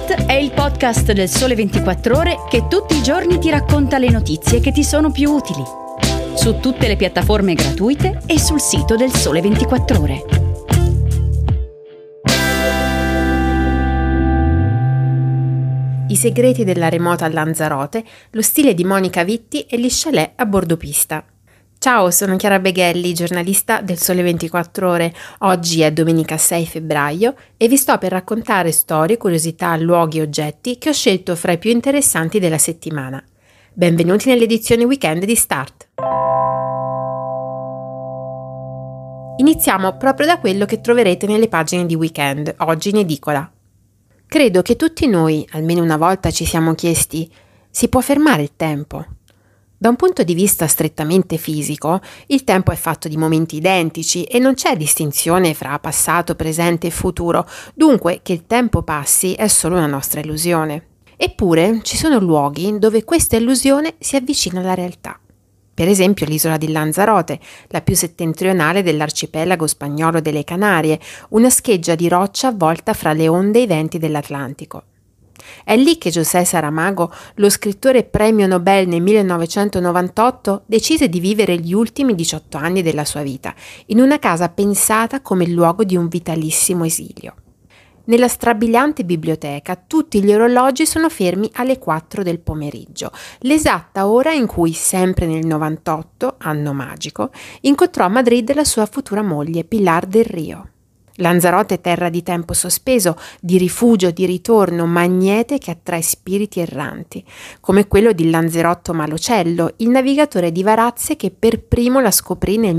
Start è il podcast del Sole 24 Ore che tutti i giorni ti racconta le notizie che ti sono più utili. Su tutte le piattaforme gratuite e sul sito del Sole 24 Ore. I segreti della remota a Lanzarote, lo stile di Monica Vitti e gli chalet a bordo pista. Ciao, sono Chiara Beghelli, giornalista del Sole 24 Ore. Oggi è domenica 6 febbraio e vi sto per raccontare storie, curiosità, luoghi e oggetti che ho scelto fra i più interessanti della settimana. Benvenuti nell'edizione weekend di Start. Iniziamo proprio da quello che troverete nelle pagine di Weekend, oggi in edicola. Credo che tutti noi, almeno una volta, ci siamo chiesti: si può fermare il tempo? Da un punto di vista strettamente fisico, il tempo è fatto di momenti identici e non c'è distinzione fra passato, presente e futuro, dunque che il tempo passi è solo una nostra illusione. Eppure ci sono luoghi dove questa illusione si avvicina alla realtà. Per esempio l'isola di Lanzarote, la più settentrionale dell'arcipelago spagnolo delle Canarie, una scheggia di roccia avvolta fra le onde e i venti dell'Atlantico. È lì che José Saramago, lo scrittore premio Nobel nel 1998, decise di vivere gli ultimi 18 anni della sua vita, in una casa pensata come il luogo di un vitalissimo esilio. Nella strabiliante biblioteca tutti gli orologi sono fermi alle 4 del pomeriggio, l'esatta ora in cui, sempre nel 98, anno magico, incontrò a Madrid la sua futura moglie Pilar del Rio. Lanzarote è terra di tempo sospeso, di rifugio, di ritorno, magnete che attrae spiriti erranti, come quello di Lanzerotto Malocello, il navigatore di Varazze che per primo la scoprì nel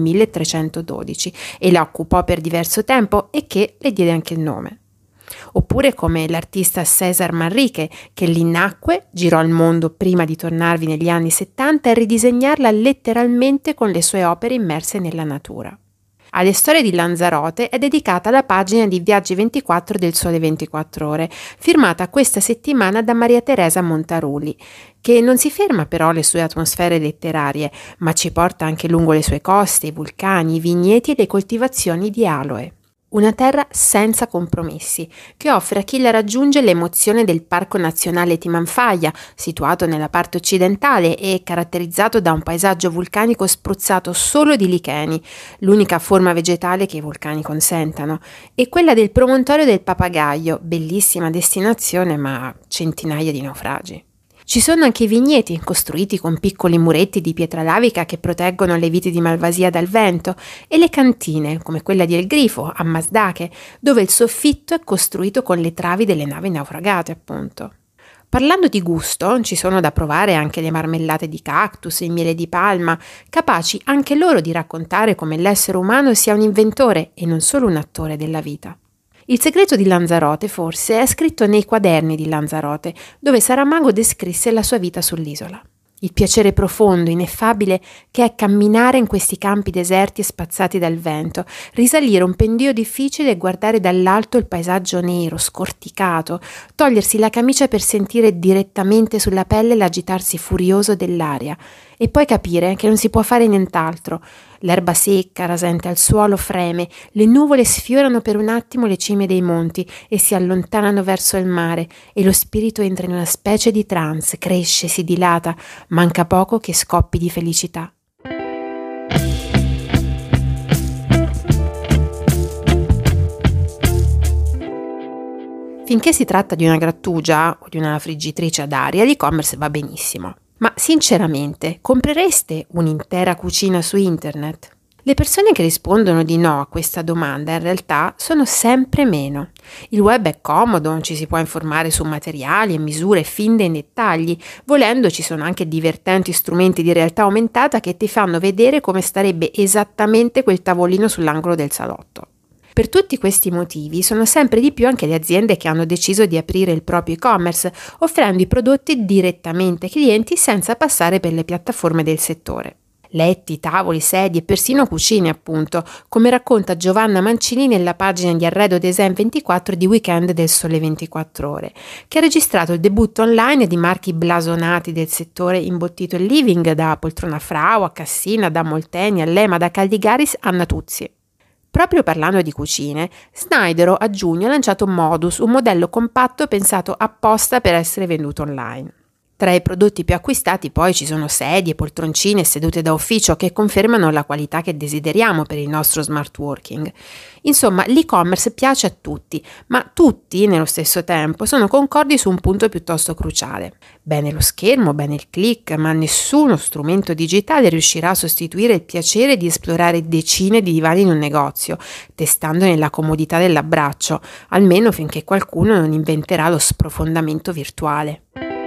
1312 e la occupò per diverso tempo e che le diede anche il nome. Oppure come l'artista César Manrique, che lì nacque, girò il mondo prima di tornarvi negli anni 70 e ridisegnarla letteralmente con le sue opere immerse nella natura. Alle storie di Lanzarote è dedicata la pagina di Viaggi 24 del Sole 24 Ore, firmata questa settimana da Maria Teresa Montaruli, che non si ferma però alle sue atmosfere letterarie, ma ci porta anche lungo le sue coste, i vulcani, i vigneti e le coltivazioni di aloe. Una terra senza compromessi, che offre a chi la raggiunge l'emozione del Parco Nazionale Timanfaya, situato nella parte occidentale e caratterizzato da un paesaggio vulcanico spruzzato solo di licheni, l'unica forma vegetale che i vulcani consentano, e quella del promontorio del Papagaio, bellissima destinazione ma centinaia di naufragi. Ci sono anche i vigneti, costruiti con piccoli muretti di pietra lavica che proteggono le viti di malvasia dal vento, e le cantine, come quella di El Grifo, a Masdache, dove il soffitto è costruito con le travi delle navi naufragate, appunto. Parlando di gusto, ci sono da provare anche le marmellate di cactus e il miele di palma, capaci anche loro di raccontare come l'essere umano sia un inventore e non solo un attore della vita. Il segreto di Lanzarote, forse, è scritto nei quaderni di Lanzarote, dove Saramago descrisse la sua vita sull'isola. Il piacere profondo, ineffabile, che è camminare in questi campi deserti e spazzati dal vento, risalire un pendio difficile e guardare dall'alto il paesaggio nero, scorticato, togliersi la camicia per sentire direttamente sulla pelle l'agitarsi furioso dell'aria, e poi capire che non si può fare nient'altro. L'erba secca, rasente al suolo, freme, le nuvole sfiorano per un attimo le cime dei monti e si allontanano verso il mare, e lo spirito entra in una specie di trance, cresce, si dilata, manca poco che scoppi di felicità. Finché si tratta di una grattugia o di una friggitrice ad aria, l'e-commerce va benissimo. Ma sinceramente, comprereste un'intera cucina su internet? Le persone che rispondono di no a questa domanda in realtà sono sempre meno. Il web è comodo, ci si può informare su materiali e misure fin dai dettagli. Volendo ci sono anche divertenti strumenti di realtà aumentata che ti fanno vedere come starebbe esattamente quel tavolino sull'angolo del salotto. Per tutti questi motivi sono sempre di più anche le aziende che hanno deciso di aprire il proprio e-commerce, offrendo i prodotti direttamente ai clienti senza passare per le piattaforme del settore. Letti, tavoli, sedie e persino cucine, appunto, come racconta Giovanna Mancini nella pagina di Arredo Design 24 di Weekend del Sole 24 Ore, che ha registrato il debutto online di marchi blasonati del settore imbottito e living, da Poltrona Frau a Cassina, da Molteni a Lema, da Caldigaris a Natuzzi. Proprio parlando di cucine, Snydero a giugno ha lanciato Modus, un modello compatto pensato apposta per essere venduto online. Tra i prodotti più acquistati poi ci sono sedie, poltroncine e sedute da ufficio che confermano la qualità che desideriamo per il nostro smart working. Insomma, l'e-commerce piace a tutti, ma tutti, nello stesso tempo, sono concordi su un punto piuttosto cruciale. Bene lo schermo, bene il click, ma nessuno strumento digitale riuscirà a sostituire il piacere di esplorare decine di divani in un negozio, testandone la comodità dell'abbraccio, almeno finché qualcuno non inventerà lo sprofondamento virtuale.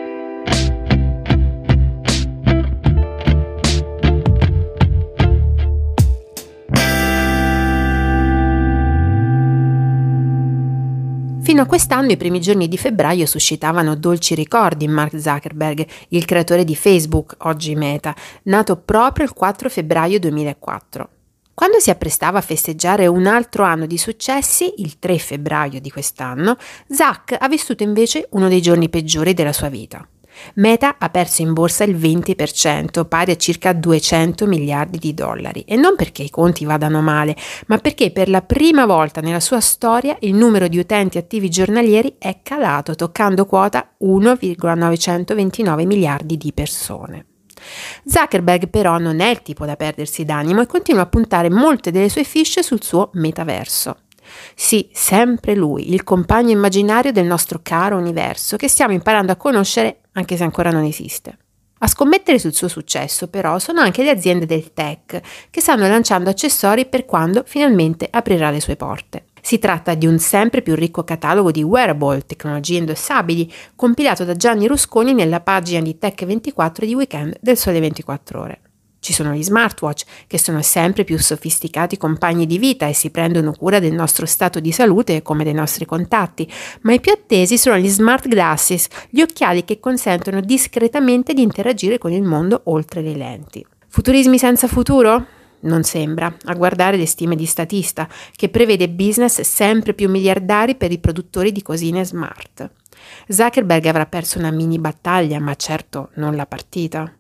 Fino a quest'anno i primi giorni di febbraio suscitavano dolci ricordi in Mark Zuckerberg, il creatore di Facebook, oggi Meta, nato proprio il 4 febbraio 2004. Quando si apprestava a festeggiare un altro anno di successi, il 3 febbraio di quest'anno, Zuck ha vissuto invece uno dei giorni peggiori della sua vita. Meta ha perso in borsa il 20%, pari a circa 200 miliardi di dollari, e non perché i conti vadano male, ma perché per la prima volta nella sua storia il numero di utenti attivi giornalieri è calato, toccando quota 1,929 miliardi di persone. Zuckerberg però non è il tipo da perdersi d'animo e continua a puntare molte delle sue fiche sul suo metaverso. Sì, sempre lui, il compagno immaginario del nostro caro universo che stiamo imparando a conoscere anche se ancora non esiste. A scommettere sul suo successo però sono anche le aziende del tech che stanno lanciando accessori per quando finalmente aprirà le sue porte. Si tratta di un sempre più ricco catalogo di wearable, tecnologie indossabili, compilato da Gianni Rusconi nella pagina di Tech24 di Weekend del Sole 24 Ore. Ci sono gli smartwatch, che sono sempre più sofisticati compagni di vita e si prendono cura del nostro stato di salute come dei nostri contatti, ma i più attesi sono gli smart glasses, gli occhiali che consentono discretamente di interagire con il mondo oltre le lenti. Futurismi senza futuro? Non sembra, a guardare le stime di Statista, che prevede business sempre più miliardari per i produttori di cosine smart. Zuckerberg avrà perso una mini battaglia, ma certo non la partita.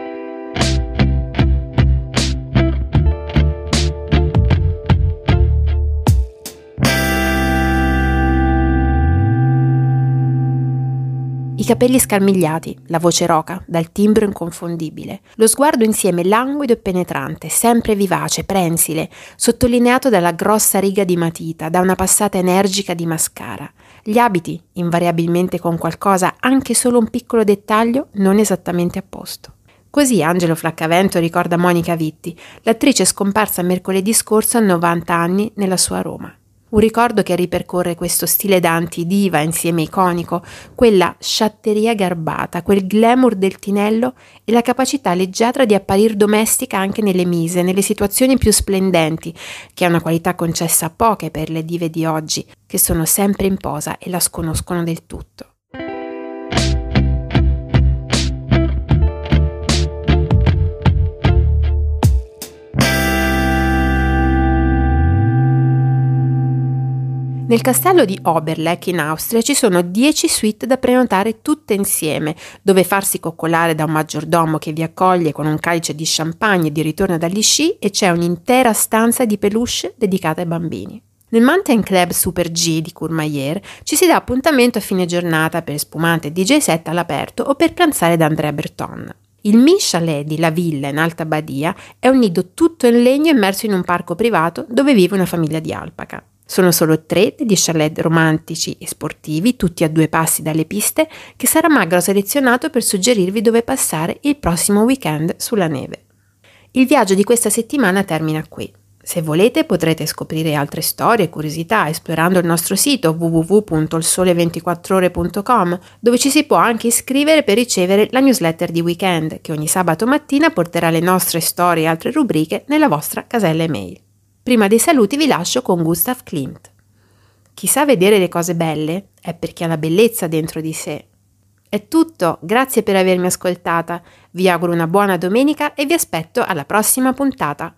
I capelli scarmigliati, la voce roca, dal timbro inconfondibile, lo sguardo insieme languido e penetrante, sempre vivace, prensile, sottolineato dalla grossa riga di matita, da una passata energica di mascara. Gli abiti, invariabilmente con qualcosa, anche solo un piccolo dettaglio, non esattamente a posto. Così Angelo Flaccavento ricorda Monica Vitti, l'attrice scomparsa mercoledì scorso a 90 anni nella sua Roma. Un ricordo che ripercorre questo stile da antidiva insieme iconico, quella sciatteria garbata, quel glamour del tinello e la capacità leggiadra di apparir domestica anche nelle mise, nelle situazioni più splendenti, che è una qualità concessa a poche per le dive di oggi, che sono sempre in posa e la sconoscono del tutto. Nel castello di Oberleck in Austria ci sono 10 suite da prenotare tutte insieme, dove farsi coccolare da un maggiordomo che vi accoglie con un calice di champagne di ritorno dagli sci e c'è un'intera stanza di peluche dedicata ai bambini. Nel Mountain Club Super G di Courmayeur ci si dà appuntamento a fine giornata per spumante e DJ set all'aperto o per pranzare da Andrea Breton. Il Mi Chalet di La Villa in Alta Badia è un nido tutto in legno immerso in un parco privato dove vive una famiglia di alpaca. Sono solo 3 degli chalet romantici e sportivi, tutti a 2 passi dalle piste, che Saramagro ha selezionato per suggerirvi dove passare il prossimo weekend sulla neve. Il viaggio di questa settimana termina qui. Se volete potrete scoprire altre storie e curiosità esplorando il nostro sito www.ilsole24ore.com, dove ci si può anche iscrivere per ricevere la newsletter di Weekend, che ogni sabato mattina porterà le nostre storie e altre rubriche nella vostra casella email. Prima dei saluti vi lascio con Gustav Klimt. Chi sa vedere le cose belle è perché ha la bellezza dentro di sé. È tutto, grazie per avermi ascoltata, vi auguro una buona domenica e vi aspetto alla prossima puntata.